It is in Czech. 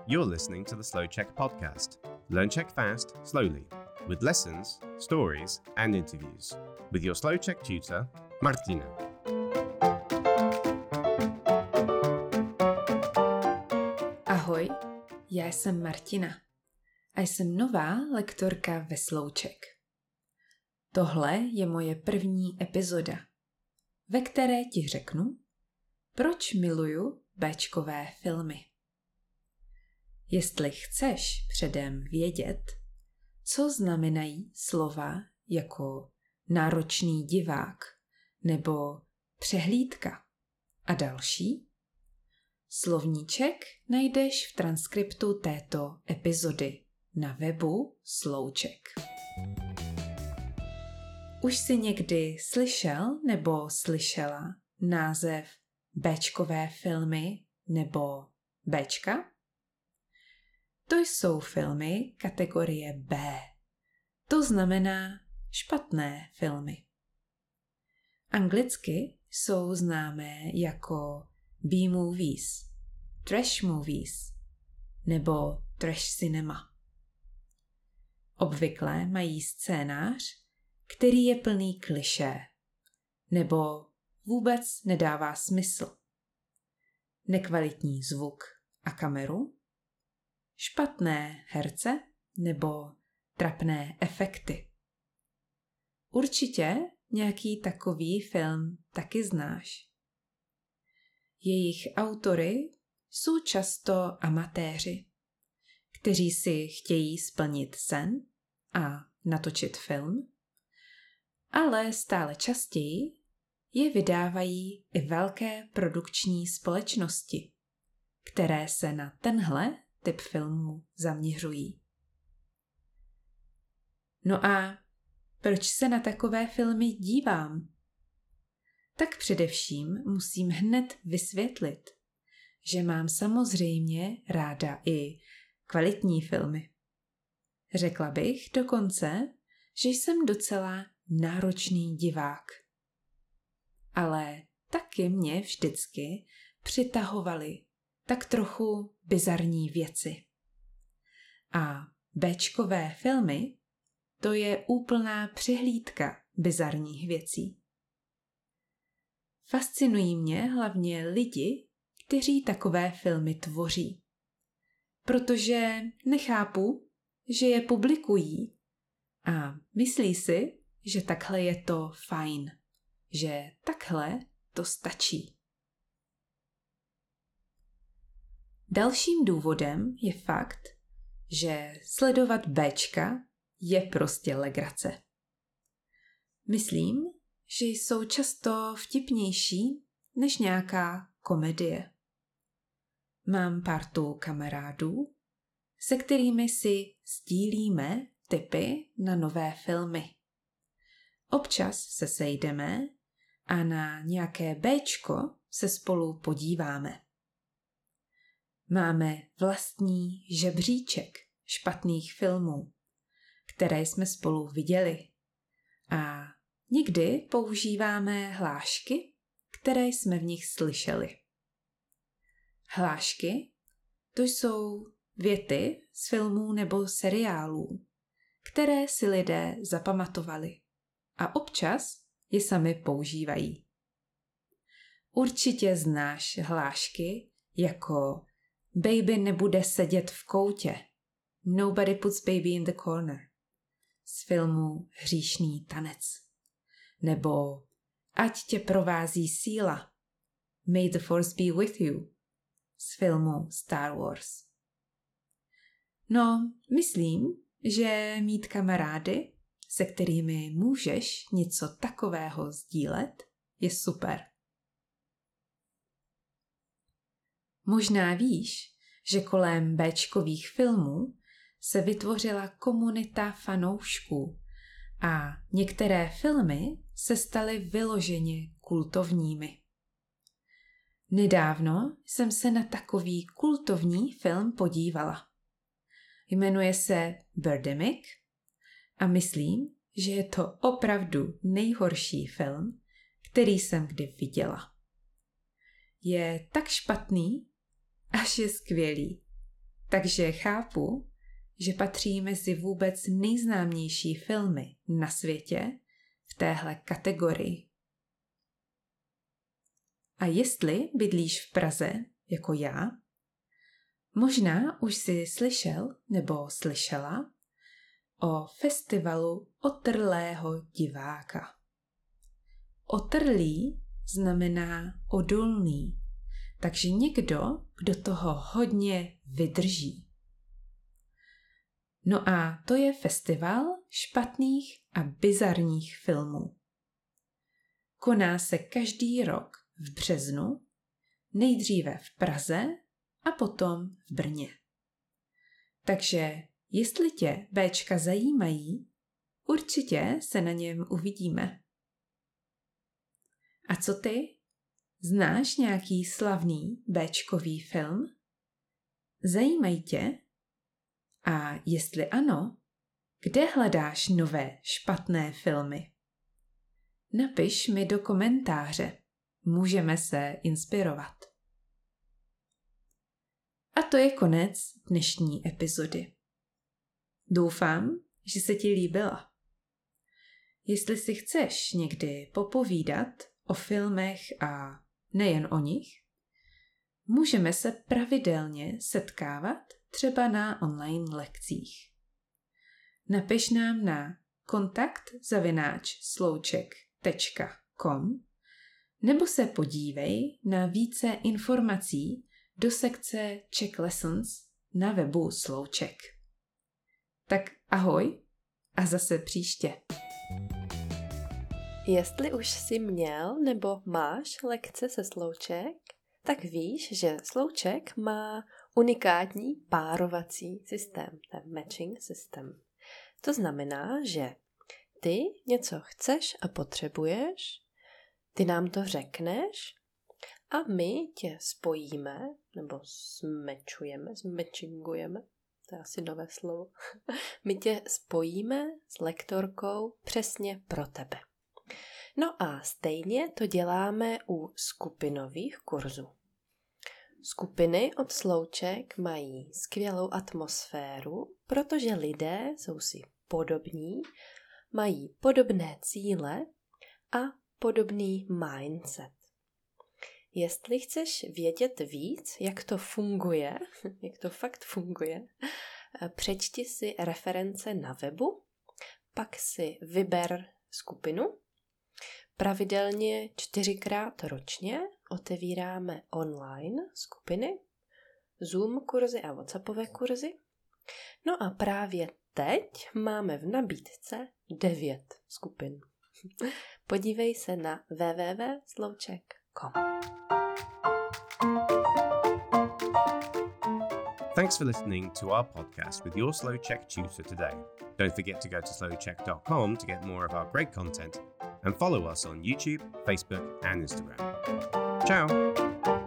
You're listening to the Slow Czech podcast. Learn Czech fast, slowly, with lessons, stories, and interviews. With your Slow Czech tutor, Martina. Ahoj, já jsem Martina a jsem nová lektorka ve Slow Czech. Tohle je moje první epizoda, ve které ti řeknu, proč miluju béčkové filmy. Jestli chceš předem vědět, co znamenají slova jako náročný divák nebo přehlídka a další, slovníček najdeš v transkriptu této epizody na webu Slow Czech. Už jsi někdy slyšel nebo slyšela název béčkové filmy nebo béčka? To jsou filmy kategorie B. To znamená špatné filmy. Anglicky jsou známé jako B-movies, trash movies nebo trash cinema. Obvykle mají scénář, který je plný klišé, nebo vůbec nedává smysl. Nekvalitní zvuk a kameru, špatné herce nebo trapné efekty. Určitě nějaký takový film taky znáš. Jejich autory jsou často amatéři, kteří si chtějí splnit sen a natočit film, ale stále častěji je vydávají i velké produkční společnosti, které se na tenhle typ filmů zaměřují. No a proč se na takové filmy dívám? Tak především musím hned vysvětlit, že mám samozřejmě ráda i kvalitní filmy. Řekla bych dokonce, že jsem docela náročný divák. Ale taky mě vždycky přitahovaly tak trochu bizarní věci. A béčkové filmy, to je úplná přehlídka bizarních věcí. Fascinují mě hlavně lidi, kteří takové filmy tvoří. Protože nechápu, že je publikují a myslí si, že takhle je to fajn, že takhle to stačí. Dalším důvodem je fakt, že sledovat béčka je prostě legrace. Myslím, že jsou často vtipnější než nějaká komedie. Mám partu kamarádů, se kterými si sdílíme tipy na nové filmy. Občas se sejdeme a na nějaké béčko se spolu podíváme. Máme vlastní žebříček špatných filmů, které jsme spolu viděli, a někdy používáme hlášky, které jsme v nich slyšeli. Hlášky to jsou věty z filmů nebo seriálů, které si lidé zapamatovali a občas je sami používají. Určitě znáš hlášky jako Baby nebude sedět v koutě. Nobody puts baby in the corner. Z filmu Hříšný tanec. Nebo Ať tě provází síla. May the force be with you. Z filmu Star Wars. No, myslím, že mít kamarády, se kterými můžeš něco takového sdílet, je super. Možná víš, že kolem béčkových filmů se vytvořila komunita fanoušků a některé filmy se staly vyloženě kultovními. Nedávno jsem se na takový kultovní film podívala. Jmenuje se Birdemic a myslím, že je to opravdu nejhorší film, který jsem kdy viděla. Je tak špatný, až je skvělý. Takže chápu, že patří mezi vůbec nejznámější filmy na světě v téhle kategorii. A jestli bydlíš v Praze, jako já, možná už jsi slyšel nebo slyšela o festivalu Otrlého diváka. Otrlý znamená odolný, takže někdo, kdo toho hodně vydrží. No a to je festival špatných a bizarních filmů. Koná se každý rok v březnu, nejdříve v Praze a potom v Brně. Takže jestli tě béčka zajímají, určitě se na něm uvidíme. A co ty? Znáš nějaký slavný béčkový film? Zajímají tě? A jestli ano, kde hledáš nové špatné filmy? Napiš mi do komentáře. Můžeme se inspirovat. A to je konec dnešní epizody. Doufám, že se ti líbila. Jestli si chceš někdy popovídat o filmech a nejen o nich, můžeme se pravidelně setkávat třeba na online lekcích. Napiš nám na kontakt@slouček.com nebo se podívej na více informací do sekce Czech Lessons na webu Slouček. Tak ahoj a zase příště. Jestli už jsi měl nebo máš lekce se Slouček, tak víš, že Slouček má unikátní párovací systém, ten matching systém. To znamená, že ty něco chceš a potřebuješ, ty nám to řekneš a my tě spojíme, nebo zmatchingujeme, to je asi nové slovo, my tě spojíme s lektorkou přesně pro tebe. No a stejně to děláme u skupinových kurzů. Skupiny od Slouček mají skvělou atmosféru, protože lidé jsou si podobní, mají podobné cíle a podobný mindset. Jestli chceš vědět víc, jak to funguje, jak to fakt funguje, přečti si reference na webu, pak si vyber skupinu. Pravidelně 4krát ročně otevíráme online skupiny, Zoom kurzy a WhatsAppové kurzy. No a právě teď máme v nabídce 9 skupin. Podívej se na www.slouček.com. Thanks for listening to our podcast with your Slow Czech tutor today. Don't forget to go to slowczech.com to get more of our great content and follow us on YouTube, Facebook, and Instagram. Ciao!